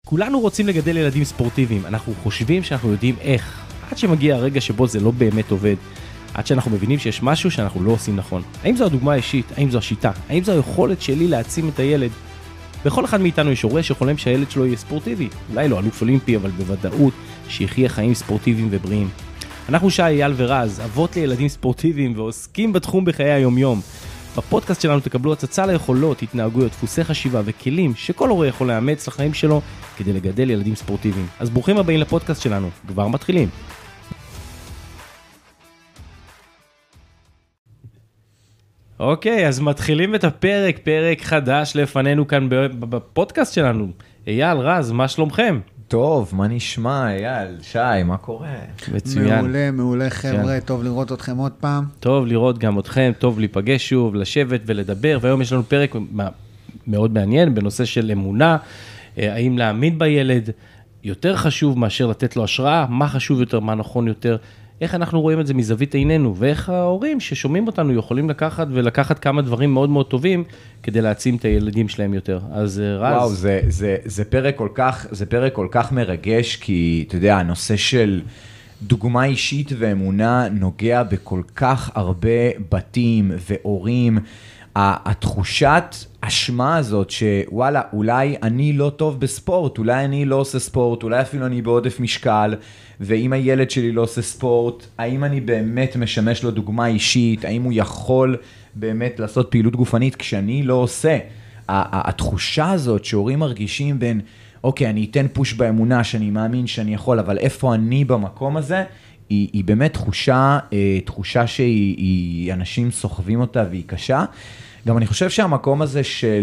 כולנו רוצים לגדל ילדים ספורטיביים, אנחנו חושבים שאנחנו יודעים איך, עד שמגיע הרגע שבו זה לא באמת עובד, עד שאנחנו מבינים שיש משהו שאנחנו לא עושים נכון. האם זו הדוגמה האישית? האם זו השיטה? האם זו היכולת שלי להעצים את הילד? בכל אחד מאיתנו יש הורה שחולם שהילד שלו יהיה ספורטיבי, אולי לא אלוף אולימפי, אבל בוודאות שיחיה חיים ספורטיביים ובריאים. אנחנו שי, אייל ורז, אבות לילדים ספורטיביים ועוסקים בתחום בחיי היום-יום. בפודקאסט שלנו תקבלו הצצה ליכולות, התנהגויות, דפוסי חשיבה וכלים שכל הורה יכול לאמץ לחיים שלו כדי לגדל ילדים ספורטיביים. אז ברוכים הבאים לפודקאסט שלנו, כבר מתחילים. אוקיי, אז מתחילים את הפרק, פרק חדש לפנינו כאן בפודקאסט שלנו. אייל, רז, מה שלומכם? טוב, מה נשמע, אייל? שי, מה קורה? מצוין. מעולה, מעולה חבר'ה, טוב לראות אתכם עוד פעם. טוב לראות גם אתכם, טוב להיפגש שוב, לשבת ולדבר, והיום יש לנו פרק מאוד מעניין בנושא של אמונה, האם להאמין בילד יותר חשוב מאשר לתת לו השראה, מה חשוב יותר, מה נכון יותר, איך אנחנו רואים את זה מזווית עינינו, ואיך ההורים ששומעים אותנו יכולים לקחת כמה דברים מאוד מאוד טובים, כדי להעצים את הילדים שלהם יותר. אז רז. וואו, זה פרק כל כך מרגש, כי אתה יודע, הנושא של דוגמה אישית ואמונה נוגע בכל כך הרבה בתים והורים, התחושת אשמה הזאת שוואלה, אולי אני לא טוב בספורט, אולי אני לא עושה ספורט, אולי אפילו אני בעודף משקל, ואם הילד שלי לא עושה ספורט, האם אני באמת משמש לו דוגמה אישית, האם הוא יכול באמת לעשות פעילות גופנית כשאני לא עושה. התחושה הזאת שהורים מרגישים בין, אוקיי, אני אתן פוש באמונה שאני מאמין שאני יכול, אבל איפה אני במקום הזה, היא באמת תחושה שהיא אנשים סוחבים אותה והיא קשה. גם אני חושב שהמקום הזה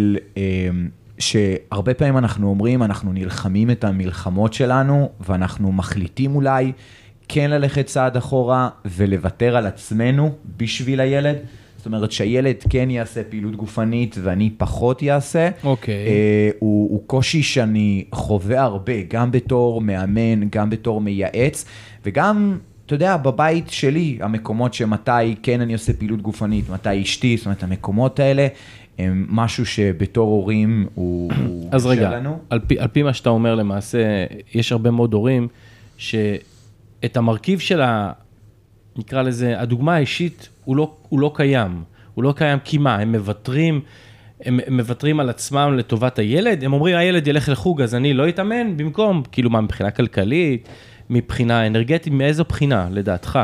שהרבה פעמים אנחנו אומרים, אנחנו נלחמים את המלחמות שלנו, ואנחנו מחליטים אולי כן ללכת צעד אחורה, ולוותר על עצמנו בשביל הילד. זאת אומרת שהילד כן יעשה פעילות גופנית, ואני פחות יעשה. אוקיי. הוא קושי שאני חווה הרבה, גם בתור מאמן, גם בתור מייעץ, וגם אתה יודע, בבית שלי, המקומות שמתי כן אני עושה פעילות גופנית, מתי אשתי, זאת אומרת, המקומות האלה, הם משהו שבתור הורים הוא אז רגע, לנו. על פי מה שאתה אומר למעשה, יש הרבה מאוד הורים, שאת המרכיב של נקרא לזה, הדוגמה האישית, הוא לא קיים. הוא לא קיים כי מה, הם מוותרים על עצמם לטובת הילד, הם אומרים, הילד ילך לחוג, אז אני לא אתאמן, במקום, כאילו מה, מבחינה כלכלית, מבחינה אנרגטית, מאיזו בחינה, לדעתך?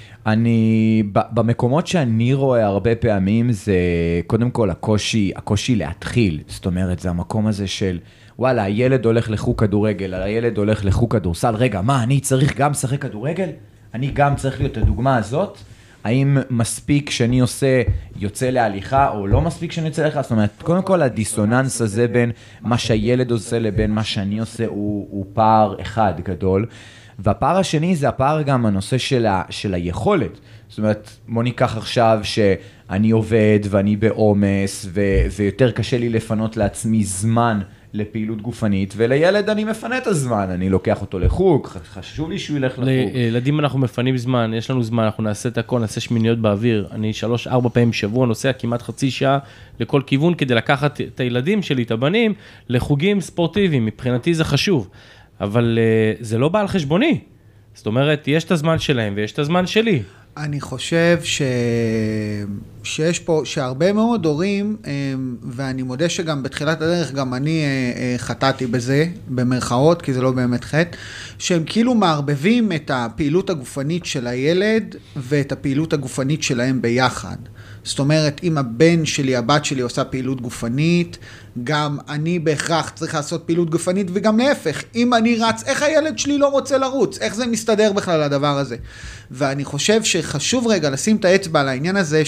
במקומות שאני רואה הרבה פעמים, זה קודם כל הקושי להתחיל. זאת אומרת, זה המקום הזה של, וואלה, הילד הולך לחוג כדורגל, הילד הולך לחוג כדורסל, רגע, מה, אני צריך גם לשחק כדורגל? אני גם צריך להיות הדוגמה הזאת? האם מספיק שאני יוצא להליכה, או לא מספיק שאני יוצא להליכה? זאת אומרת, קודם כל הדיסוננס הזה בין מה שהילד עושה לבין מה שאני עושה, הוא פער אחד גדול. והפער השני זה הפער גם הנושא של היכולת. זאת אומרת, בוא ניקח עכשיו שאני עובד ואני בעומס, ויותר קשה לי לפנות לעצמי זמן לפעילות גופנית, ולילד אני מפנה את הזמן, אני לוקח אותו לחוג, חשוב לי שהוא ילך לחוג. לילדים אנחנו מפנים זמן, יש לנו זמן, אנחנו נעשה את הכל, נעשה שמיניות באוויר, אני 3-4 פעמים בשבוע נוסע כמעט חצי שעה לכל כיוון, כדי לקחת את הילדים שלי, את הבנים, לחוגים ספורטיביים, מבחינתי זה חשוב, אבל זה לא בא על חשבוני, זאת אומרת, יש את הזמן שלהם ויש את הזמן שלי. אני חושב שיש פה, שהרבה מאוד הורים, ואני מודה שגם בתחילת הדרך, גם אני חטאתי בזה, במרכאות, כי זה לא באמת חטא, שהם כאילו מערבבים את הפעילות הגופנית של הילד, ואת הפעילות הגופנית שלהם ביחד. זאת אומרת, אם הבן שלי, הבת שלי עושה פעילות גופנית, גם אני בהכרח צריך לעשות פעילות גופנית, וגם להפך, אם אני רץ, איך הילד שלי לא רוצה לרוץ? איך זה מסתדר בכלל הדבר הזה? ואני חושב שחשוב רגע לשים את האצבע על העניין הזה,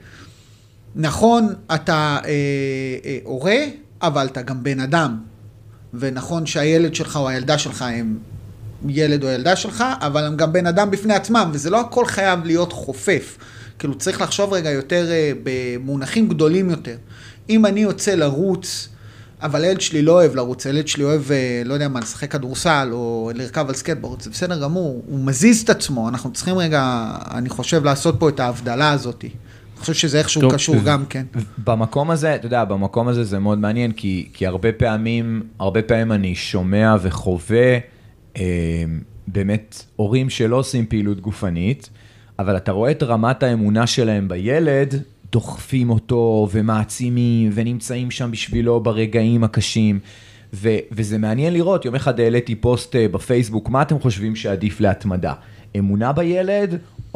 שנכון, אתה הורה, אבל אתה גם בן אדם. ונכון שהילד שלך או הילדה שלך הם ילד או ילדה שלך, אבל הם גם בן אדם בפני עצמם, וזה לא הכל חייב להיות חופף. כאילו צריך לחשוב רגע יותר במונחים גדולים יותר. אם אני יוצא לרוץ, אבל הילד שלי לא אוהב לרוץ, הילד שלי אוהב, לא יודע מה, לשחק כדורסל או לרכב על סקייטבורד, זה בסדר גמור, הוא מזיז את עצמו, אנחנו צריכים רגע, אני חושב, לעשות פה את ההבדלה הזאת. אני חושב שזה איכשהו קשור גם כן. במקום הזה, אתה יודע, במקום הזה זה מאוד מעניין, כי הרבה פעמים אני שומע וחווה באמת הורים שלא עושים פעילות גופנית, אבל אתה רואה את רמת האמונה שלהם בילד, דוחפים אותו ומעצימים ונמצאים שם בשבילו ברגעים הקשים, וזה מעניין לראות. יום אחד העליתי פוסט בפייסבוק, מה אתם חושבים שעדיף להתמדה? אמונה בילד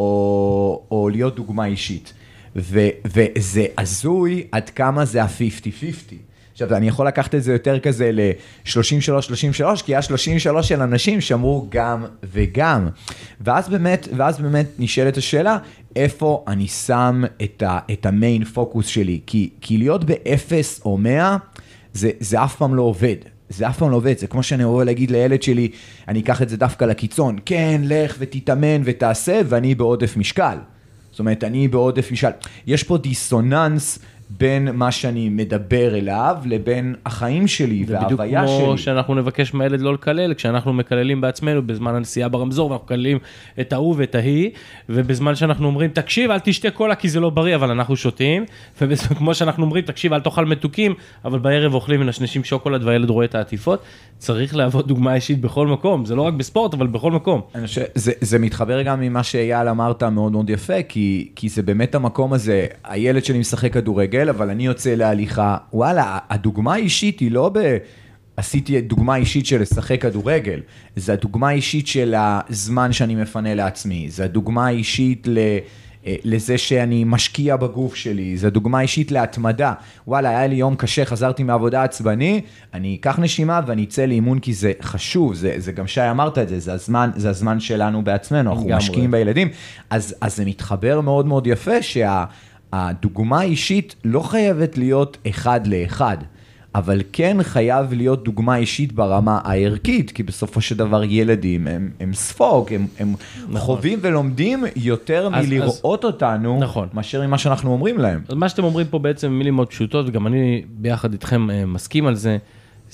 או להיות דוגמה אישית? וזה עזוי עד כמה זה ה-50-50. עכשיו, אני יכול לקחת את זה יותר כזה ל-33-33, כי היה 33 של אנשים שאמרו גם וגם. ואז באמת נשאלת השאלה, איפה אני שם את המיין פוקוס שלי? כי להיות ב-0 או 100, זה אף פעם לא עובד. זה אף פעם לא עובד. זה כמו שאני אוהב להגיד לילד שלי, אני אקח את זה דווקא לקיצון, כן, לך ותתאמן ותעשה, ואני בעודף משקל. זאת אומרת, אני בעודף משקל. יש פה דיסוננס בין מה שאני מדבר אליו, לבין החיים שלי וההוויה שלי. זה בדיוק כמו שאנחנו נבקש מהילד לא לקלל, כשאנחנו מקללים בעצמנו בזמן הנסיעה ברמזור, ואנחנו מקללים את ההוא ואת ההיא, ובזמן שאנחנו אומרים, תקשיב, אל תשתה קולה כי זה לא בריא, אבל אנחנו שותים, וכמו שאנחנו אומרים, תקשיב, אל תאכל מתוקים, אבל בערב אוכלים ונשנשים שוקולד, והילד רואה את העטיפות. צריך להוות דוגמה אישית בכל מקום, זה לא רק בספורט, אבל בכל מקום. זה מתחבר גם ממה שאייל אמרת מאוד מאוד יפה, כי זה באמת המקום הזה, הילד שלי משחק כדורגל, אבל אני יוצא להליכה, וואלה, הדוגמה האישית היא לא עשיתי דוגמה אישית של לשחק כדורגל, זה הדוגמה האישית של הזמן שאני מפנה לעצמי, זה הדוגמה האישית לזה שאני משקיע בגוף שלי, זה דוגמה אישית להתמדה. וואלה, היה לי יום קשה, חזרתי מעבודה עצבני, אני אקח נשימה ואני אצא לאימון כי זה חשוב, זה גם שי אמרת את זה, זה הזמן שלנו בעצמנו, אנחנו משקיעים בילדים, אז זה מתחבר מאוד מאוד יפה שהדוגמה האישית לא חייבת להיות אחד לאחד, אבל כן חייב להיות דוגמה אישית ברמה הערכית, כי בסופו של דבר ילדים הם ספוג, הם חווים ולומדים יותר מלראות אותנו, מאשר ממה שאנחנו אומרים להם. אז מה שאתם אומרים פה בעצם מילים מאוד פשוטות, וגם אני ביחד איתכם מסכים על זה,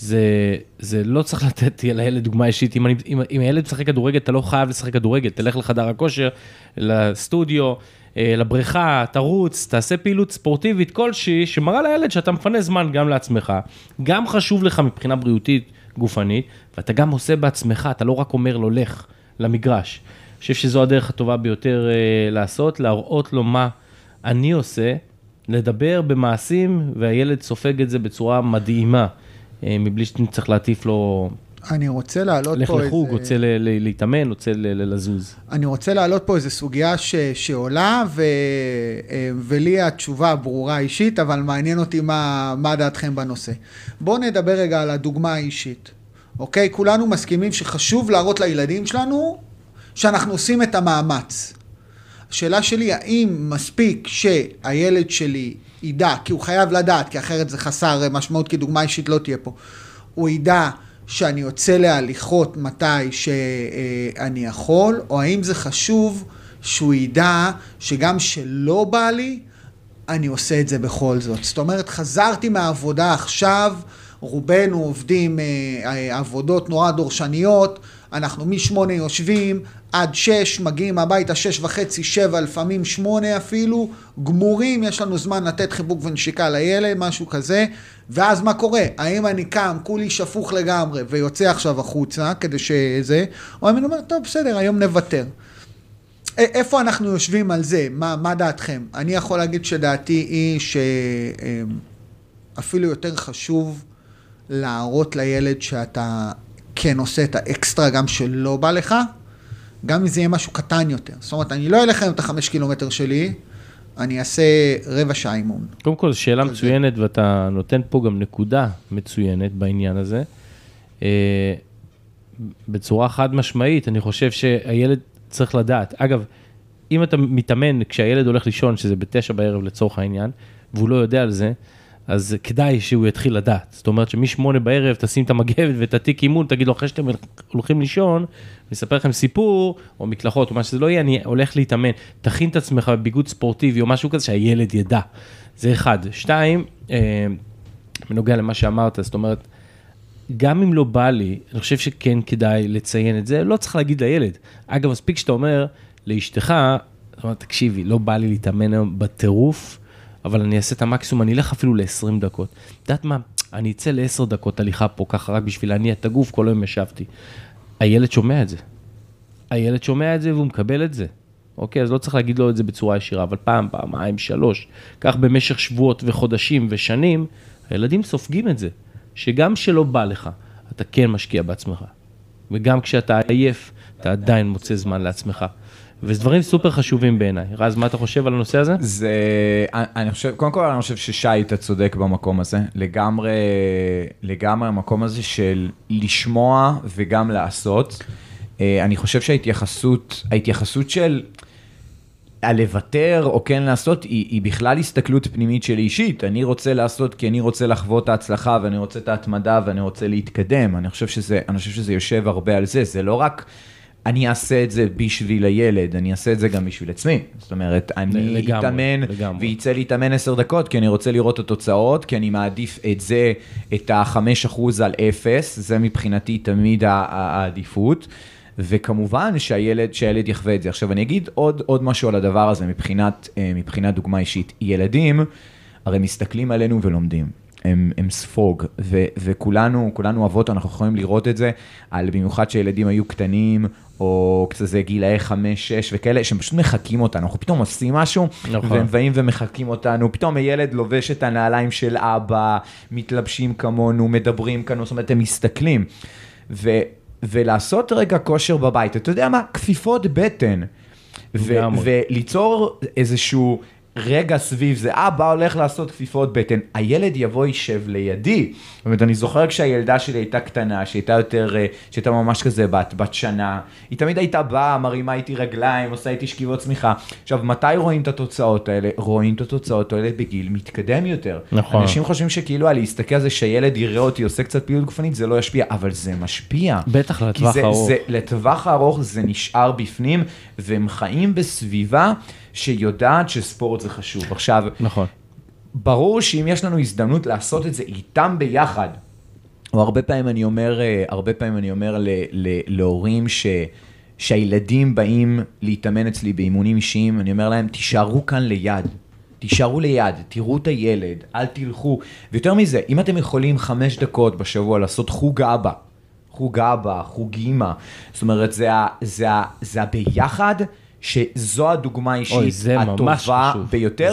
זה לא צריך לתת לילד דוגמה אישית. אם הילד משחק כדורגל, אתה לא חייב לשחק כדורגל, תלך לחדר הכושר, לסטודיו, לבריכה, תרוץ, תעשה פעילות ספורטיבית כלשהי, שמראה לילד שאתה מפנה זמן גם לעצמך, גם חשוב לך מבחינה בריאותית גופנית, ואתה גם עושה בעצמך, אתה לא רק אומר לו לך למגרש. אני חושב שזו הדרך הטובה ביותר לעשות, להראות לו מה אני עושה, לדבר במעשים, והילד סופג את זה בצורה מדהימה, מבלי שצריך להטיף לו אני רוצה להעלות פה לחוג, רוצה להתאמן, רוצה לזוז. אני רוצה להעלות פה איזו סוגיה שעולה, ולי התשובה ברורה אישית, אבל מעניין אותי מה דעתכם בנושא. בואו נדבר רגע על הדוגמה האישית. אוקיי? כולנו מסכימים שחשוב להראות לילדים שלנו, שאנחנו עושים את המאמץ. השאלה שלי, האם מספיק שהילד שלי ידע, כי הוא חייב לדעת, כי אחרת זה חסר משמעות, כי דוגמה אישית לא תהיה פה. הוא ידע שאני יוצא להליכות מתי שאני יכול, או האם זה חשוב שהוא ידע שגם שלא בא לי, אני עושה את זה בכל זאת. זאת אומרת, חזרתי מהעבודה עכשיו, רובנו עובדים עבודות נורא דורשניות, אנחנו מ-8 יושבים עד 6, מגיעים הביתה 6:30, 7, לפעמים 8 אפילו, גמורים, יש לנו זמן לתת חיבוק ונשיקה לילד, משהו כזה, ואז מה קורה? האם אני קם, כולי שפוך לגמרי, ויוצא עכשיו החוצה, כדי שזה, או אני אומר, טוב, בסדר, היום נוותר. איפה אנחנו יושבים על זה? מה דעתכם? אני יכול להגיד שדעתי היא שאפילו יותר חשוב להראות לילד שאתה כן עושה את האקסטרה גם שלא בא לך, גם אם זה יהיה משהו קטן יותר. זאת אומרת, אני לא אלך היום את 5 קילומטר שלי, אני אעשה רבע שעה אימון. קודם כל, זו שאלה מצוינת, ואתה נותן פה גם נקודה מצוינת בעניין הזה. בצורה חד משמעית, אני חושב שהילד צריך לדעת. אגב, אם אתה מתאמן כשהילד הולך לישון, שזה ב9 בערב לצורך העניין, והוא לא יודע על זה, אז כדאי שהוא יתחיל לדעת. זאת אומרת שמ8 בערב תשים את המגבת ואת התיק אימון, תגיד לו, אחרי שאתם הולכים לישון, אני אספר לכם סיפור, או מקלחות, או מה שזה לא יהיה, אני הולך להתאמן. תכין את עצמך בביגוד ספורטיבי, או משהו כזה, שהילד ידע. זה 1. 2, בנוגע למה שאמרת, זאת אומרת, גם אם לא בא לי, אני חושב שכן כדאי לציין את זה, לא צריך להגיד לילד. אגב, מספיק שאתה אומר לאשתך, זאת אומרת, תקשיבי, לא בא לי להתאמן היום בטירוף, אבל אני אעשה את המקסימום, אני אלך אפילו ל-20 דקות. יודעת מה? אני אצא ל-10 דקות הליכה פה, ככה רק בשביל להניע את הגוף, כל היום ישבתי. הילד שומע את זה. הילד שומע את זה והוא מקבל את זה. אוקיי, אז לא צריך להגיד לו את זה בצורה ישירה, אבל פעם, פעמיים, 3, כך במשך שבועות וחודשים ושנים, הילדים סופגים את זה, שגם שלא בא לך, אתה כן משקיע בעצמך. וגם כשאתה עייף, אתה עדיין מוצא זמן לעצמך. וזה דברים סופר חשובים בעיניי. רז, מה אתה חושב על הנושא הזה? אני חושב, קודם כל אני חושב ששי אתה צודק במקום הזה, לגמרי המקום הזה של לשמוע וגם לעשות. אני חושב ההתייחסות של הלוותר או כן לעשות, היא בכלל הסתכלות פנימית שלי אישית. אני רוצה לעשות כי אני רוצה לחוות את ההצלחה, ואני רוצה את ההתמדה, ואני רוצה להתקדם. אני חושב שזה יושב הרבה על זה. זה לא רק אני אעשה את זה בשביל הילד, אני אעשה את זה גם בשביל עצמי. זאת אומרת, אני אתאמן ויצא להתאמן 10 דקות, כי אני רוצה לראות את התוצאות, כי אני מעדיף את זה, את ה5% על 0, זה מבחינתי תמיד העדיפות. וכמובן שהילד יחווה את זה. עכשיו אני אגיד עוד משהו על הדבר הזה מבחינת דוגמה אישית. ילדים הרי מסתכלים עלינו ולומדים. הם ספוג, וכולנו אבות, אנחנו יכולים לראות את זה, במיוחד שילדים היו קטנים, או כזה גילאי 5, 6 וכאלה, שהם פשוט מחכים אותנו, אנחנו פתאום עושים משהו, והם באים ומחכים אותנו, פתאום הילד לובש את הנעליים של אבא, מתלבשים כמונו, מדברים כאנו, זאת אומרת, הם מסתכלים, ולעשות רגע כושר בבית, אתה יודע מה? כפיפות בטן, וליצור איזשהו רגע סביב זה, אבא הולך לעשות כפיפות בטן, הילד יבוא יישב לידי. זאת אומרת, אני זוכר כשהילדה שלי הייתה קטנה, שהייתה ממש כזה בת שנה, היא תמיד הייתה באה, מרימה איתי רגליים, עושה איתי שכיבות צמיחה. עכשיו, מתי רואים את התוצאות האלה? רואים את התוצאות האלה בגיל מתקדם יותר. נכון. אנשים חושבים שכאילו, להסתכל על זה שהילד יראה אותי, עושה קצת פעילות גופנית, זה לא ישפיע, אבל זה משפיע. בטח לטווח הארוך. לטווח הארוך זה נשאר בפנים, והם חיים בסביבה שיודעת שספורט זה חשוב. עכשיו, נכון. ברור שאם יש לנו הזדמנות לעשות את זה איתם ביחד, או הרבה פעמים אני אומר להורים שהילדים באים להתאמן אצלי באימונים אישיים, אני אומר להם, תישארו כאן ליד, תראו את הילד, אל תלכו. ויותר מזה, אם אתם יכולים 5 דקות בשבוע לעשות חוג אבא, חוג אמא, זאת אומרת, זה הביחד, שזו הדוגמה האישית הטובה ביותר,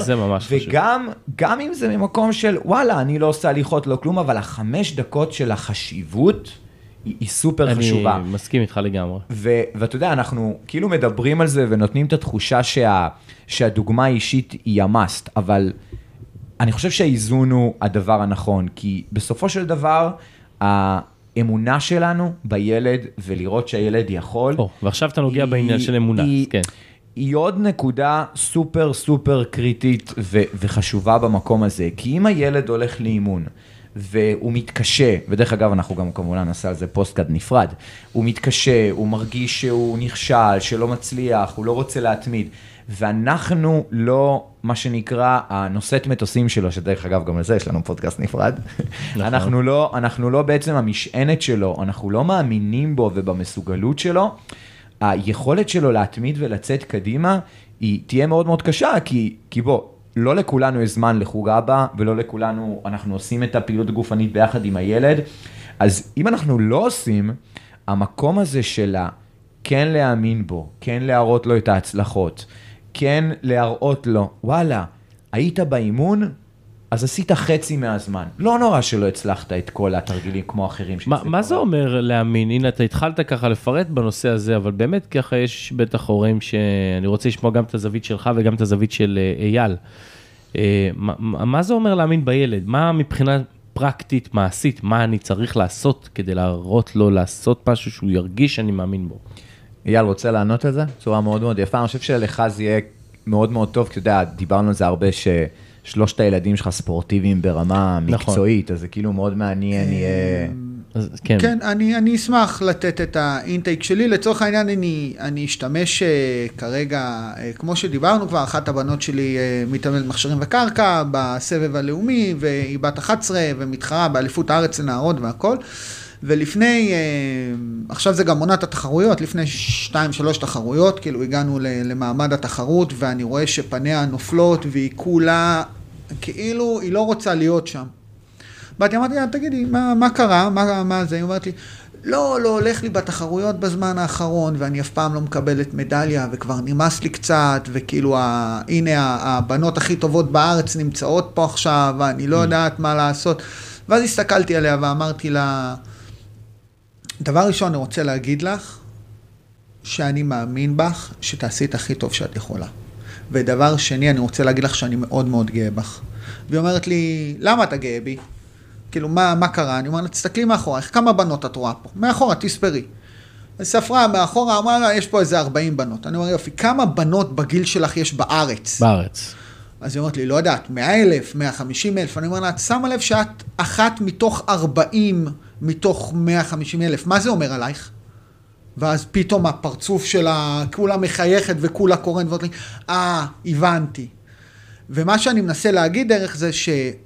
וגם אם זה ממקום של וואלה, אני לא עושה הליכות, לא כלום, אבל 5 דקות של החשיבות היא סופר חשובה. אני מסכים איתך לגמרי. ואתה יודע, אנחנו כאילו מדברים על זה ונותנים את התחושה שהדוגמה האישית היא המאסט, אבל אני חושב שהאיזון הוא הדבר הנכון, כי בסופו של דבר, האמונה שלנו בילד, ולראות שהילד יכול. ועכשיו אתה נוגע בעניין של אמונה, כן. היא עוד נקודה סופר סופר קריטית וחשובה במקום הזה, כי אם הילד הולך לאימון, והוא מתקשה, ודרך אגב אנחנו גם כמובן נעשה על זה פוסטקאסט נפרד, הוא מתקשה, הוא מרגיש שהוא נכשל, שלא מצליח, הוא לא רוצה להתמיד, ואנחנו לא, מה שנקרא, הנושאת מטוסים שלו, שדרך אגב גם לזה יש לנו פודקאסט נפרד, אנחנו לא בעצם המשענת שלו, אנחנו לא מאמינים בו ובמסוגלות שלו, היכולת שלו להתמיד ולצאת קדימה, היא תהיה מאוד מאוד קשה, כי בוא, לא לכולנו יש זמן לחוג אבא, ולא לכולנו, אנחנו עושים את הפעילות הגופנית ביחד עם הילד, אז אם אנחנו לא עושים, המקום הזה שלה, כן להאמין בו, כן להראות לו את ההצלחות, כן להראות לו, וואלה, היית באימון, אז עשית חצי מהזמן. לא נורא שלא הצלחת את כל התרגילים כמו אחרים. מה זה אומר להאמין? הנה, אתה התחלת ככה לפרט בנושא הזה, אבל באמת ככה יש בטח הורים שאני רוצה לשמוע גם את הזווית שלך וגם את הזווית של אייל. מה זה אומר להאמין בילד? מה מבחינה פרקטית, מעשית, מה אני צריך לעשות כדי להראות לו לעשות משהו שהוא ירגיש שאני מאמין בו? אייל, רוצה לענות על זה? צורה מאוד מאוד יפה. אני חושב שלך זה יהיה מאוד מאוד טוב, כי אתה יודע, דיברנו על זה הרבה שלושת הילדים שלך ספורטיביים ברמה מקצועית, אז זה כאילו מאוד מעניין יהיה... כן, אני אשמח לתת את האינטייק שלי. לצורך העניין אני אשתמש כרגע, כמו שדיברנו כבר, אחת הבנות שלי מתאמנת מכשירים וקרקע בסבב הלאומי, והיא בת 11 ומתחרה באליפות הארץ לנערות והכל. ולפני, עכשיו זה גם עונת התחרויות, לפני 2-3 תחרויות, כאילו הגענו למעמד התחרות, ואני רואה שפניה נופלות, והיא כולה, כאילו היא לא רוצה להיות שם. באתי, אמרתי, תגידי, מה קרה? מה זה? היא אומרת לי, לא הולך לי בתחרויות בזמן האחרון, ואני אף פעם לא מקבלת מדליה, וכבר נמאס לי קצת, וכאילו, הנה, הבנות הכי טובות בארץ נמצאות פה עכשיו, ואני לא יודעת מה לעשות. ואז הסתכלתי עליה ואמרתי לה, דבר ראשון, אני רוצה להגיד לך, שאני מאמין בך, שתעשי את הכי טוב שאת יכולה. ודבר שני, אני רוצה להגיד לך שאני מאוד מאוד גאה בך. והיא אומרת לי, למה אתה גאה בי? כאילו, מה קרה? אני אומרת, תסתכלי מאחורה, כמה בנות את רואה פה? מאחורה, תספרי. ספרה מאחורה, אמרה לה, יש פה איזה 40 בנות. אני אומר, יופי, כמה בנות בגיל שלך יש בארץ? בארץ. אז היא אומרת לי, לא יודעת, 100,000, 150,000. אני אומר לה, את שמה לב שאת אחת מתוך 40, מתוך 150,000. מה זה אומר עלייך? ואז פתאום הפרצוף שלה, כולה מחייכת וכולה קורן, ואומרת לי, הבנתי. ומה שאני מנסה להגיד דרך זה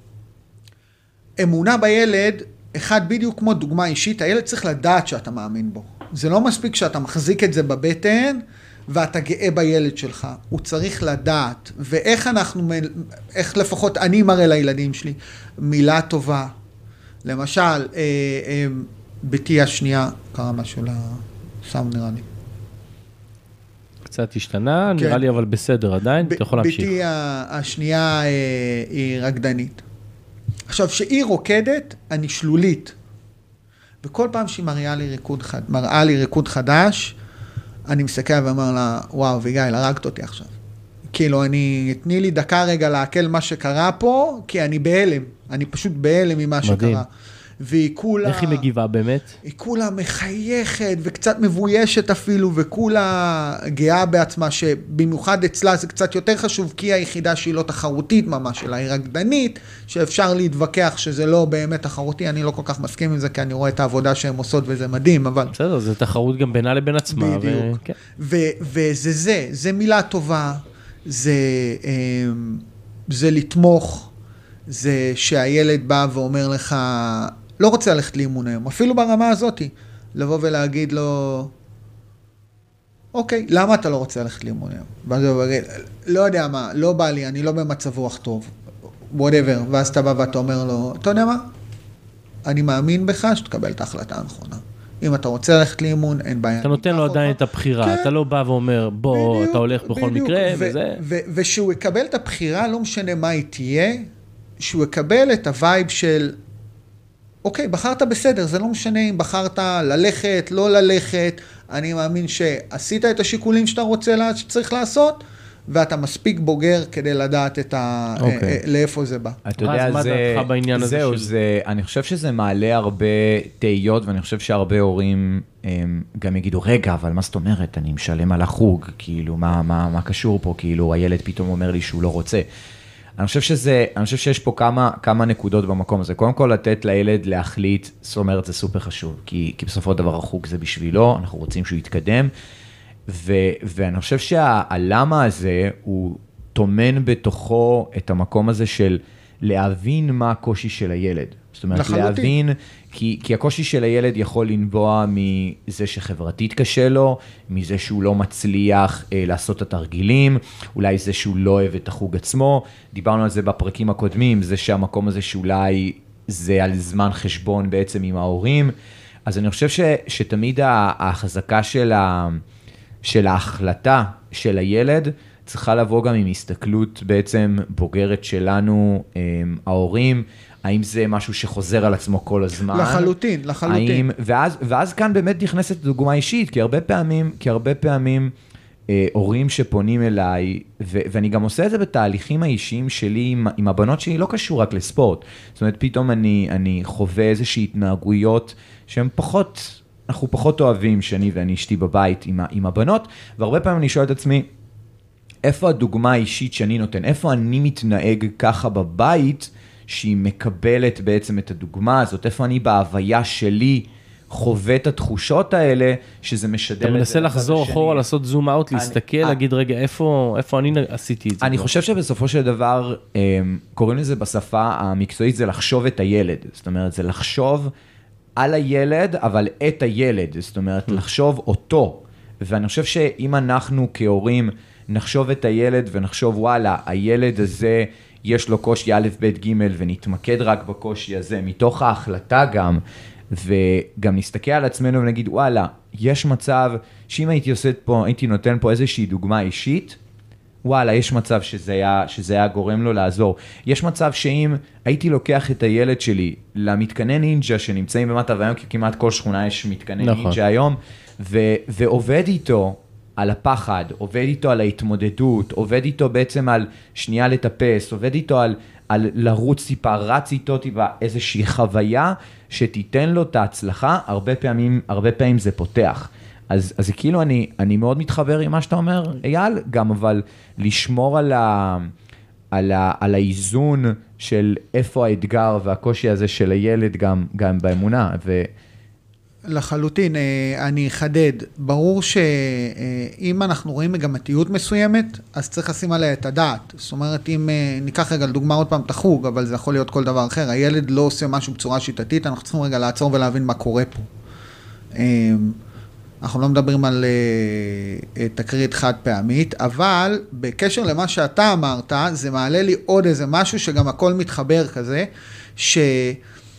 אמונה בילד, אחד בדיוק כמו דוגמה אישית, הילד צריך לדעת שאתה מאמין בו. זה לא מספיק שאתה מחזיק את זה בבטן, ואתה גאה בילד שלך. הוא צריך לדעת. ואיך איך לפחות אני מראה לילדים שלי, מילה טובה. למשל, ביתי השנייה, קרה משהו לסאונד נראה לי. קצת השתנה, נראה לי אבל בסדר עדיין, אתה יכול להמשיך. ביתי השנייה היא רקדנית. עכשיו, שהיא רוקדת, אני שלולית. וכל פעם שהיא מראה לי ריקוד חדש, אני מסתכל ואומר לה, וואו, ויגאל, הרגת אותי עכשיו. כאילו, תני לי דקה רגע להקל מה שקרה פה, כי אני בהלם. אני פשוט בהלם ממה שקרה. והיא כולה... איך היא מגיבה באמת? היא כולה מחייכת וקצת מבוישת אפילו, וכולה גאה בעצמה, שבמיוחד אצלה זה קצת יותר חשוב, כי היא היחידה שהיא לא תחרותית ממש, אלא היא רקדנית, שאפשר להתווכח שזה לא באמת תחרותי, אני לא כל כך מסכים עם זה, כי אני רואה את העבודה שהן עושות וזה מדהים, אבל... בסדר, זה תחרות גם בינה לבין עצמה. בדיוק. וזה מילה טובה, זה לתמוך, זה שהילד בא ואומר לך... לא רוצה ללכת לאימון היום, אפילו ברמה הזאת, לבוא ולהגיד לו, אוקיי, למה אתה לא רוצה ללכת לאימון היום? ואז הוא אומר, לא יודע מה, לא בא לי, אני לא במצב רוח טוב, whatever, ואז אתה בא ואתה אומר לו, אתה יודע מה? אני מאמין בך שתקבל את ההחלטה הנכונה. אם אתה רוצה ללכת לאימון, אין בעיה. אתה נותן לו עדיין את הבחירה, אתה לא בא ואומר, בוא, אתה הולך בכל מקרה, וזה... ושהוא יקבל את הבחירה, לא משנה מה היא תהיה, שהוא יקבל את הווייב של... אוקיי, בחרת בסדר, זה לא משנה אם בחרת ללכת, לא ללכת, אני מאמין שעשית את השיקולים שאתה רוצה, שצריך לעשות, ואתה מספיק בוגר כדי לדעת לאיפה זה בא. אתה יודע, אני חושב שזה מעלה הרבה תהיות, ואני חושב שהרבה הורים גם יגידו, רגע, אבל מה זאת אומרת, אני משלם על החוג, כאילו, מה קשור פה, כאילו, הילד פתאום אומר לי שהוא לא רוצה. אני חושב שיש פה כמה נקודות במקום הזה. קודם כל, לתת לילד להחליט, זאת אומרת, זה סופר חשוב, כי בסופו דבר החוג זה בשבילו, אנחנו רוצים שהוא יתקדם, ואני חושב שהלמה הזה, הוא תומן בתוכו את המקום הזה של להבין מה הקושי של הילד. זאת אומרת, להבין, כי הקושי של הילד יכול לנבוע מזה שחברתית קשה לו, מזה שהוא לא מצליח לעשות את התרגילים, אולי זה שהוא לא אוהב את החוג עצמו, דיברנו על זה בפרקים הקודמים, זה שהמקום הזה שאולי זה על זמן חשבון בעצם עם ההורים, אז אני חושב שתמיד ההחזקה של ההחלטה של הילד, צריכה לבוא גם עם הסתכלות בעצם בוגרת שלנו, ההורים, האם זה משהו שחוזר על עצמו כל הזמן? לחלוטין. ואז כאן באמת נכנסת דוגמה אישית, כי הרבה פעמים הורים שפונים אליי, ואני גם עושה את זה בתהליכים האישיים שלי עם הבנות שלי, לא קשור רק לספורט. זאת אומרת, פתאום אני חווה איזושהי התנהגויות שהן אנחנו פחות אוהבים, שאני ואני אשתי בבית עם הבנות, והרבה פעמים אני שואל את עצמי, איפה הדוגמה האישית שאני נותן? איפה אני מתנהג ככה בבית, שהיא מקבלת בעצם את הדוגמה הזאת? איפה אני בהוויה שלי חווה את התחושות האלה, שזה משדר... אתה מנסה לחזור אחורה, לעשות זום אאוט, להסתכל, להגיד רגע, איפה אני עשיתי את זה? אני חושב שבסופו של דבר, קוראים לזה בשפה המקצועית, זה לחשוב את הילד. זאת אומרת, זה לחשוב על הילד, אבל את הילד, זאת אומרת, לחשוב אותו. ואני חושב שאם אנחנו כהורים נחשוב את הילד ונחשוב, וואלה, הילד הזה יש לו קושי א', ב', ג', ונתמקד רק בקושי הזה, מתוך ההחלטה גם, וגם נסתכל על עצמנו ונגיד, וואלה, יש מצב שאם הייתי נותן פה איזושהי דוגמה אישית, וואלה, יש מצב שזה היה גורם לו לעזור. יש מצב שאם הייתי לוקח את הילד שלי למתקני נינג'ה שנמצאים במטה והיום, כי כמעט כל שכונה יש מתקני נינג'ה היום, ועובד איתו על הפחד, עובד איתו על ההתמודדות, עובד איתו בעצם על שנייה לטפס, עובד איתו על לרוץ טיפה, רץ איתו טיפה, איזושהי חוויה שתיתן לו את ההצלחה, הרבה פעמים זה פותח. אז זה כאילו אני מאוד מתחבר עם מה שאתה אומר, אייל, גם אבל לשמור על האיזון של איפה האתגר והקושי הזה של הילד גם באמונה. לחלוטין, אני אחדד, ברור שאם אנחנו רואים מגמתיות מסוימת, אז צריך לשים עליה את הדעת. זאת אומרת, אם ניקח רגע לדוגמה עוד פעם את החוג, אבל זה יכול להיות כל דבר אחר, הילד לא עושה משהו בצורה שיטתית, אנחנו צריכים רגע לעצור ולהבין מה קורה פה. אנחנו לא מדברים על תקרית חד פעמית, אבל בקשר למה שאתה אמרת, זה מעלה לי עוד איזה משהו שגם הכל מתחבר כזה, שאם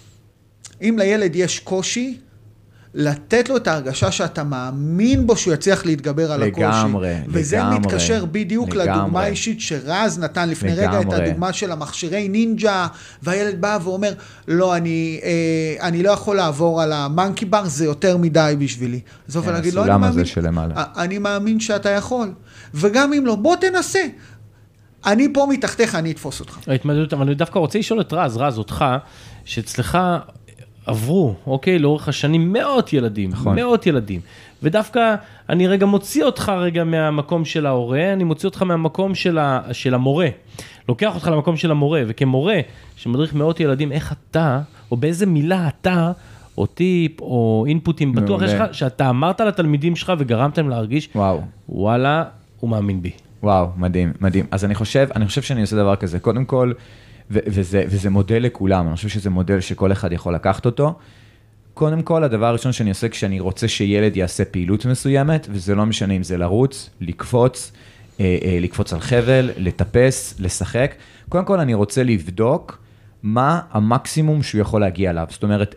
לילד יש קושי, לתת לו את ההרגשה שאתה מאמין בו שהוא יצליח להתגבר על הקושי. לגמרי. וזה מתקשר בדיוק לדוגמה אישית שרז נתן לפני רגע את הדוגמה של המכשירי נינג'ה, והילד בא ואומר, לא, אני לא יכול לעבור על המנקי בר, זה יותר מדי בשבילי. אז הוא להגיד, לא, אני מאמין שאתה יכול. וגם אם לא, בוא תנסה. אני פה מתחתיך, אני אתפוס אותך. ההתמודדות, אבל אני דווקא רוצה לשאול את רז אותך, שאצלך עברו, אוקיי, לאורך השנים מאות ילדים, נכון. מאות ילדים, ודווקא אני רגע מוציא אותך רגע מהמקום של ההורה, אני מוציא אותך מהמקום של המורה, לוקח אותך למקום של המורה, וכמורה שמדריך מאות ילדים, איך אתה, או באיזה מילה אתה, או טיפ, או אינפוטים, בטוח יש לך, שאתה אמרת לתלמידים שלך וגרמתם להרגיש, וואלה, הוא מאמין בי. וואו, מדהים, מדהים. אז אני חושב שאני עושה דבר כזה, קודם כל, וזה מודל לכולם, אני חושב שזה מודל שכל אחד יכול לקחת אותו. קודם כל, הדבר הראשון שאני עושה כשאני רוצה שילד יעשה פעילות מסוימת, וזה לא משנה אם זה לרוץ, לקפוץ על חבל, לטפס, לשחק. קודם כל, אני רוצה לבדוק מה המקסימום שהוא יכול להגיע אליו. זאת אומרת,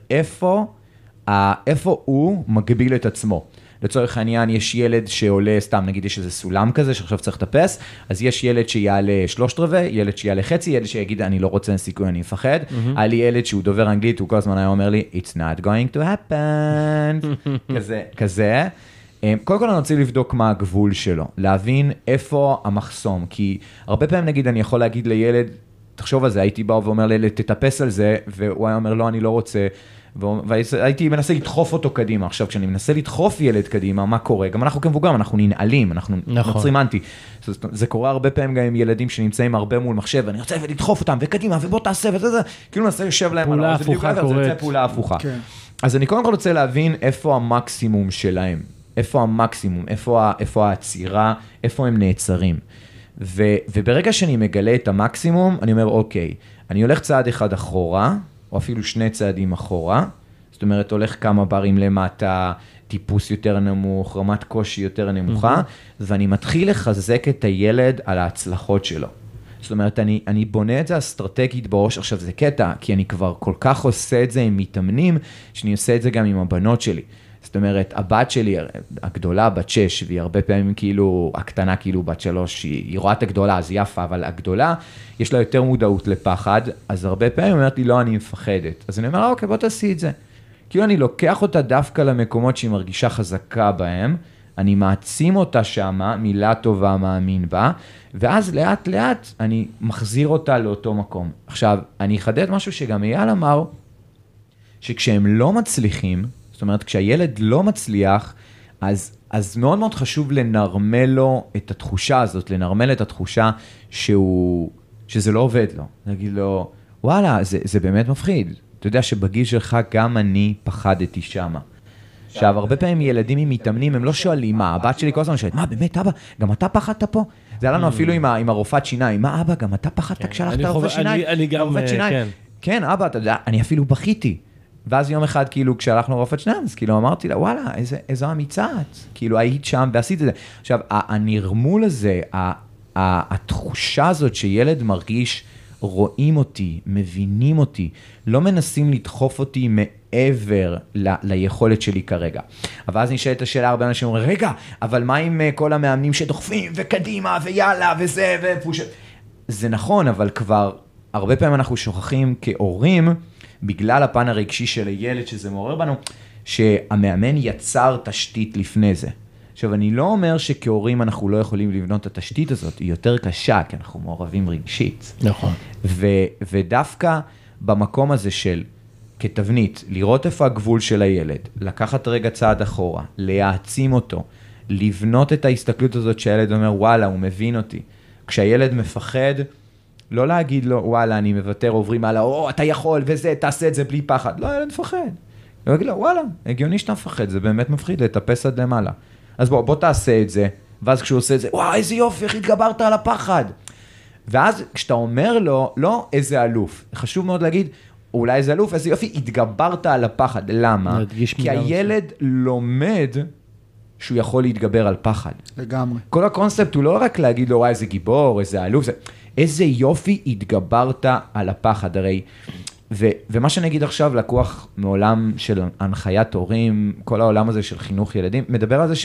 איפה הוא מגביל את עצמו. לצורך העניין, יש ילד שעולה, סתם נגיד יש איזה סולם כזה שעכשיו צריך לטפס, אז יש ילד שיעלה 3/4, ילד שיעלה חצי, ילד שיגיד, אני לא רוצה סיכוי, אני מפחד. היה לי ילד שהוא דובר אנגלית, הוא כל הזמן היה אומר לי, it's not going to happen, כזה. קודם כל אני רוצה לבדוק מה הגבול שלו, להבין איפה המחסום, כי הרבה פעמים נגיד אני יכול להגיד לילד, תחשוב על זה, הייתי בא ואומר לילד, תטפס על זה, והוא היה אומר, לא, אני לא רוצה, והייתי מנסה לדחוף אותו קדימה. עכשיו, כשאני מנסה לדחוף ילד קדימה, מה קורה? גם אנחנו כמבוגרים, אנחנו ננעלים, אנחנו נוצרים אנטי. זה קורה הרבה פעמים גם עם ילדים שנמצאים הרבה מול מחשב, ואני רוצה לדחוף אותם, וקדימה, ובוא תעשה, וזה, כאילו ננסה יושב להם על האוזן, זה פעולה הפוכה. אז אני קודם כל רוצה להבין איפה המקסימום שלהם, איפה המקסימום, איפה העצירה, איפה הם נעצרים. וברגע שאני מגלה את המקסימום, אני אומר, אוקיי, אני הולך צעד אחד אחורה, או אפילו 2 צעדים אחורה, זאת אומרת, הולך כמה ברים למטה, טיפוס יותר נמוך, רמת קושי יותר נמוכה, ואני מתחיל לחזק את הילד על ההצלחות שלו. זאת אומרת, אני בונה את זה אסטרטגית בראש, עכשיו זה קטע, כי אני כבר כל כך עושה את זה עם מתאמנים, שאני עושה את זה גם עם הבנות שלי. זאת אומרת, הבת שלי, הגדולה, בת 6, והיא הרבה פעמים כאילו, הקטנה כאילו בת 3, היא רואה את הגדולה, אז יפה, אבל הגדולה, יש לה יותר מודעות לפחד, אז הרבה פעמים היא אומרת לי, לא, אני מפחדת. אז אני אומר, אוקיי, בוא תעשי את זה. כאילו אני לוקח אותה דווקא למקומות שהיא מרגישה חזקה בהם, אני מעצים אותה שמה, מילה טובה מאמין בה, ואז לאט לאט אני מחזיר אותה לאותו מקום. עכשיו, אני אחדד משהו שגם אייל אמר, שכשהם לא מצליחים, זאת אומרת, כשהילד לא מצליח, אז מאוד מאוד חשוב לנרמל לו את התחושה הזאת, לנרמל את התחושה שזה לא עובד לו. להגיד לו, וואלה, זה באמת מפחיד. אתה יודע שבגיל שלך גם אני פחדתי שמה. עכשיו, הרבה פעמים ילדים עם מתאמנים, הם לא שואלים, מה, הבת שלי כל הזמן שואלת, מה, באמת, אבא, גם אתה פחדת פה? זה היה לנו אפילו עם הרופאת שיניים, מה, אבא, גם אתה פחדת כשהלכת לרופאת שיניים? אני גם, כן. כן, אבא, אתה יודע, אני אפילו בכיתי. ואז יום אחד, כאילו, כשהלכנו לרופאת שיניים, אז כאילו אמרתי לה, וואלה, איזו אמיצה את. כאילו, היית שם ועשית את זה. עכשיו, הנרמול הזה, התחושה הזאת שילד מרגיש, רואים אותי, מבינים אותי, לא מנסים לדחוף אותי מעבר ליכולת שלי כרגע. אבל אז נשאלת השאלה, הרבה אנשים אומרים, רגע, אבל מה עם כל המאמנים שדוחפים, וקדימה, ויאללה, וזה, ופוש... זה נכון, אבל כבר הרבה פעמים אנחנו שוכחים כהורים, בגלל הפן הרגשי של הילד שזה מעורר בנו, שהמאמן יצר תשתית לפני זה. עכשיו, אני לא אומר שכהורים אנחנו לא יכולים לבנות את התשתית הזאת, היא יותר קשה, כי אנחנו מעורבים רגשית. נכון. ודווקא במקום הזה של, כתבנית, לראות איפה הגבול של הילד, לקחת רגע צעד אחורה, להעצים אותו, לבנות את ההסתכלות הזאת שהילד אומר, וואלה, הוא מבין אותי. כשהילד מפחד, לא להגיד לו, וואלה, אני מוותר, עוברים הלאה, או, אתה יכול, וזה, תעשה את זה בלי פחד. לא, הילד מפחד. הוא יגיד לו, וואלה, הגיוני שאתה מפחד, זה באמת מפחיד, לטפס עד למעלה. אז בוא תעשה את זה, ואז כשהוא עושה את זה, וואו, איזה יופי, איך התגברת על הפחד. ואז כשאתה אומר לו, לא איזה אלוף, חשוב מאוד להגיד, אולי איזה אלוף, איזה יופי, התגברת על הפחד. למה? כי הילד לומד שהוא יכול להתגבר על פחד. לגמרי. כל הקונספט הוא לא רק להגיד לו, וואי, איזה גיבור, איזה אלוף, איזה יופי התגברת על הפחד. הרי, ומה שנגיד עכשיו, לקוח מעולם של הנחיית הורים, כל העולם הזה של חינוך ילדים, מדבר על זה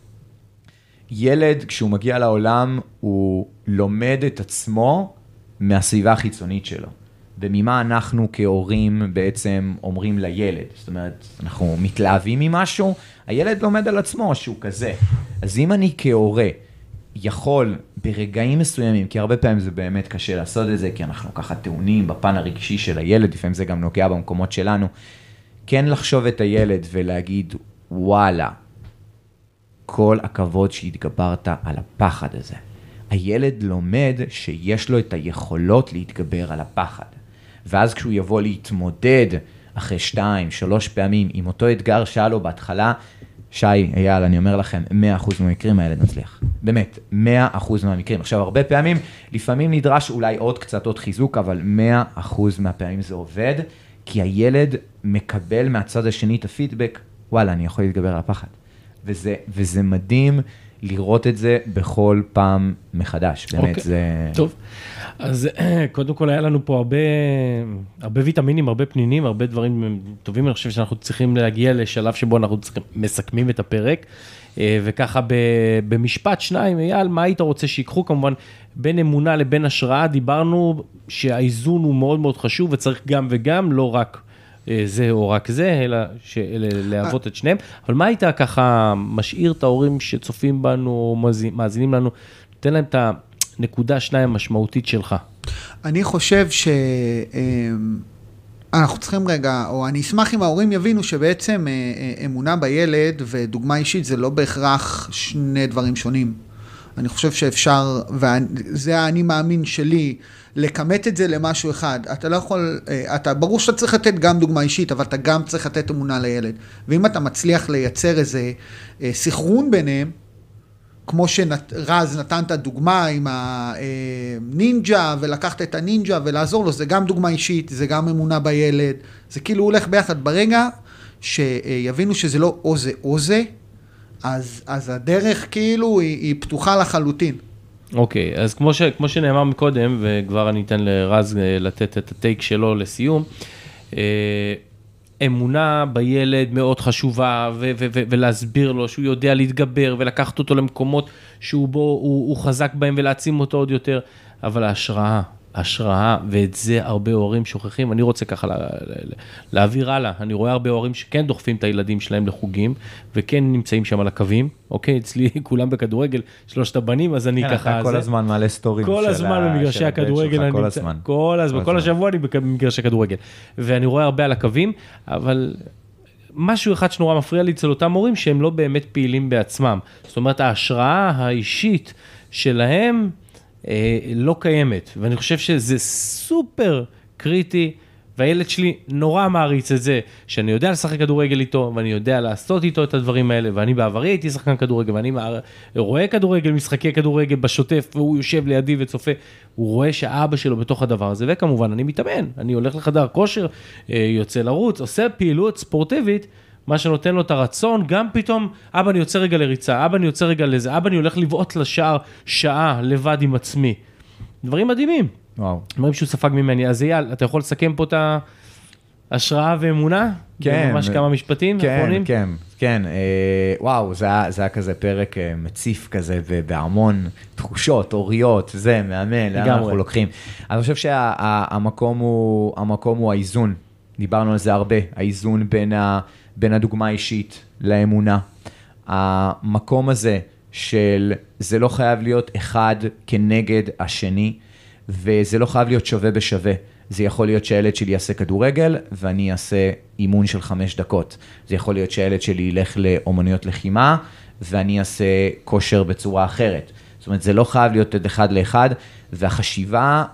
שילד, כשהוא מגיע לעולם, הוא לומד את עצמו מהסביבה החיצונית שלו. וממה אנחנו כהורים בעצם אומרים לילד. זאת אומרת, אנחנו מתלהבים ממשהו, הילד לומד על עצמו שהוא כזה. אז אם אני כהורה יכול ברגעים מסוימים, כי הרבה פעמים זה באמת קשה לעשות את זה, כי אנחנו ככה טעונים בפן הרגשי של הילד, לפעמים זה גם נוגע במקומות שלנו, כן לחשוב את הילד ולהגיד, וואלה, כל הכבוד שהתגברת על הפחד הזה. הילד לומד שיש לו את היכולות להתגבר על הפחד. ואז כשהוא יבוא להתמודד אחרי 2-3 פעמים עם אותו אתגר שהיה לו בהתחלה, שי, אייל, אני אומר לכם, 100% מהמקרים הילד מצליח. באמת, 100% מהמקרים. עכשיו, הרבה פעמים, לפעמים נדרש אולי עוד קצת עוד חיזוק, אבל 100% מהפעמים זה עובד, כי הילד מקבל מהצד השני את הפידבק, וואלה, אני יכול להתגבר על הפחד. וזה מדהים לראות את זה בכל פעם מחדש. באמת, זה... טוב. אז קודם כל היה לנו פה הרבה ויטמינים, הרבה פנינים, הרבה דברים טובים. אני חושב שאנחנו צריכים להגיע לשלב שבו אנחנו מסכמים את הפרק, וככה במשפט 2, אייל, מה היית רוצה שיקחו? כמובן, בין אמונה לבין השראה, דיברנו שהאיזון הוא מאוד מאוד חשוב, וצריך גם וגם, לא רק זה או רק זה, אלא להוות את שניהם. אבל מה היית ככה משאיר את ההורים שצופים בנו, או מאזינים לנו, נותן להם את הנקודה 2 המשמעותית שלך? אני חושב אנחנו צריכים רגע, או אני אשמח אם ההורים יבינו שבעצם אמונה בילד ודוגמה אישית זה לא בהכרח שני דברים שונים. אני חושב שאפשר, וזה האני מאמין שלי, לקמת את זה למשהו אחד. אתה לא יכול, ברור שאתה צריך לתת גם דוגמה אישית, אבל אתה גם צריך לתת אמונה לילד. ואם אתה מצליח לייצר איזה סחרון ביניהם, כמו שרז נתן את הדוגמה עם הנינג'ה, ולקחת את הנינג'ה ולעזור לו, זה גם דוגמה אישית, זה גם אמונה בילד, זה כאילו הולך ביחד. ברגע שיבינו שזה לא או זה או זה, אז הדרך כאילו היא פתוחה לחלוטין. אוקיי, אז כמו שנאמר מקודם, וכבר אני אתן לרז לתת את הטייק שלו לסיום, אמונה בילד מאוד חשובה, ולהסביר לו שהוא יודע להתגבר, ולקחת אותו למקומות שהוא בו, הוא חזק בהם, ולהעצים אותו עוד יותר, אבל ההשראה, ואת זה הרבה הורים שוכחים. אני רוצה ככה להעביר הלאה. אני רואה הרבה הורים שכן דוחפים את הילדים שלהם לחוגים, וכן נמצאים שם על הקווים. אוקיי, אצלי כולם בכדורגל, 3 הבנים, אז אני ככה... אתה כל הזמן מעלה סטורים כל הזמן במגרשי הכדורגל. כל הזמן. כל השבוע אני במגרשי כדורגל. ואני רואה הרבה על הקווים, אבל משהו אחד שנורא מפריע לי אצל אותם הורים, שהם לא באמת פעילים בעצמם. זאת אומרת, ההשראה האישית שלהם, לא קיימת, ואני חושב שזה סופר קריטי והילד שלי נורא מעריץ את זה, שאני יודע לשחק כדורגל איתו, ואני יודע לעשות איתו את הדברים האלה, ואני בעברי הייתי שחקן כדורגל, ואני רואה כדורגל, משחקי כדורגל בשוטף, והוא יושב לידי וצופה, הוא רואה שאבא שלו בתוך הדבר הזה, וכמובן אני מתאמן, אני הולך לחדר כושר, יוצא לרוץ, עושה פעילות ספורטיבית, מה שנותן לו את הרצון, גם פתאום, אבא אני יוצא רגע לריצה, אבא אני יוצא רגע לזה, אבא אני הולך לבעוט לשער שעה לבד עם עצמי. דברים מדהימים. וואו. דברים שהוא ספג ממני. אז אייל, אתה יכול לסכם פה את ההשראה ואמונה? כן. ממש כמה משפטים אחרונים? כן. וואו, זה היה כזה פרק מציף כזה, ובהמון תחושות, אוריות, זה, מאמן, לאן אנחנו לוקחים. אני חושב שהמקום הוא האיזון. דיברנו על זה הרבה, האיזון בין הדוגמה האישית לאמונה. המקום הזה של זה לא חייב להיות אחד כנגד השני, וזה לא חייב להיות שווה בשווה. זה יכול להיות שהילד שלי יעשה כדורגל, ואני אעשה אימון של 5 דקות. זה יכול להיות שהילד שלי ילך לאומנויות לחימה, ואני אעשה כושר בצורה אחרת. זאת אומרת, זה לא חייב להיות אחד לאחד, והחשיבה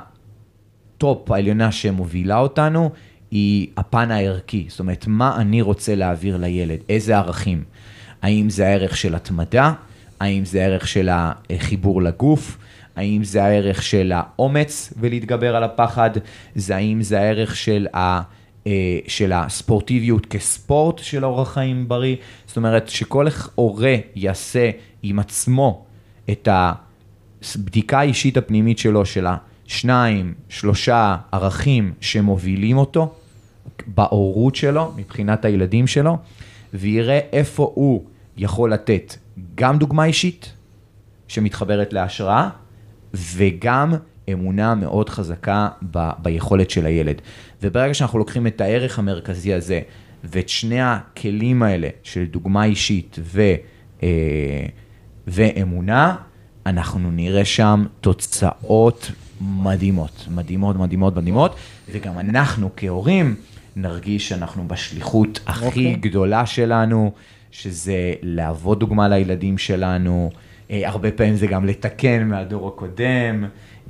הטופ העליונה שמובילה אותנו, היא הפן הערכי. זאת אומרת, מה אני רוצה להעביר לילד? איזה ערכים? האם זה הערך של התמדה? האם זה הערך של החיבור לגוף? האם זה הערך של האומץ ולהתגבר על הפחד? האם זה הערך של הספורטיביות כספורט של אורח חיים בריא? זאת אומרת, שכל הורה יעשה עם עצמו את הבדיקה האישית הפנימית שלו, של 2, 3 ערכים שמובילים אותו בהורות שלו, מבחינת הילדים שלו, ויראה איפה הוא יכול לתת גם דוגמה אישית שמתחברת להשראה, וגם אמונה מאוד חזקה ביכולת של הילד. וברגע שאנחנו לוקחים את הערך המרכזי הזה, ואת שני הכלים האלה של דוגמה אישית ואמונה, אנחנו נראה שם תוצאות מדהימות, מדהימות, וגם אנחנו כהורים נרגיש שאנחנו בשליחות הכי גדולה שלנו, שזה לעבוד דוגמה לילדים שלנו, הרבה פעמים זה גם לתקן מהדור הקודם,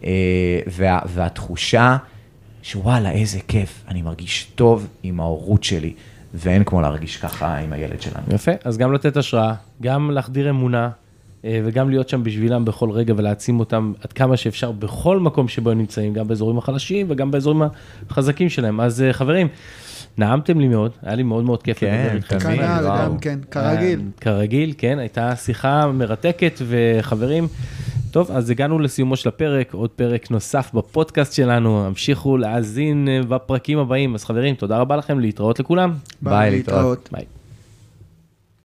והתחושה שוואלה, איזה כיף, אני מרגיש טוב עם ההורות שלי, ואין כמו להרגיש ככה עם הילד שלנו. יפה, אז גם לתת השראה, גם להחדיר אמונה, וגם להיות שם בשבילם בכל רגע, ולהעצים אותם עד כמה שאפשר בכל מקום שבו הם נמצאים, גם באזורים החלשים, וגם באזורים החזקים שלהם. אז חברים, נעמתם לי מאוד, היה לי מאוד מאוד כיף. כן, תמיד, גם כן, כרגיל. כרגיל, כן, הייתה שיחה מרתקת, וחברים, טוב, אז הגענו לסיומו של הפרק, עוד פרק נוסף בפודקאסט שלנו, המשיכו להאזין בפרקים הבאים, אז חברים, תודה רבה לכם, להתראות לכולם. ביי, להתראות. ביי.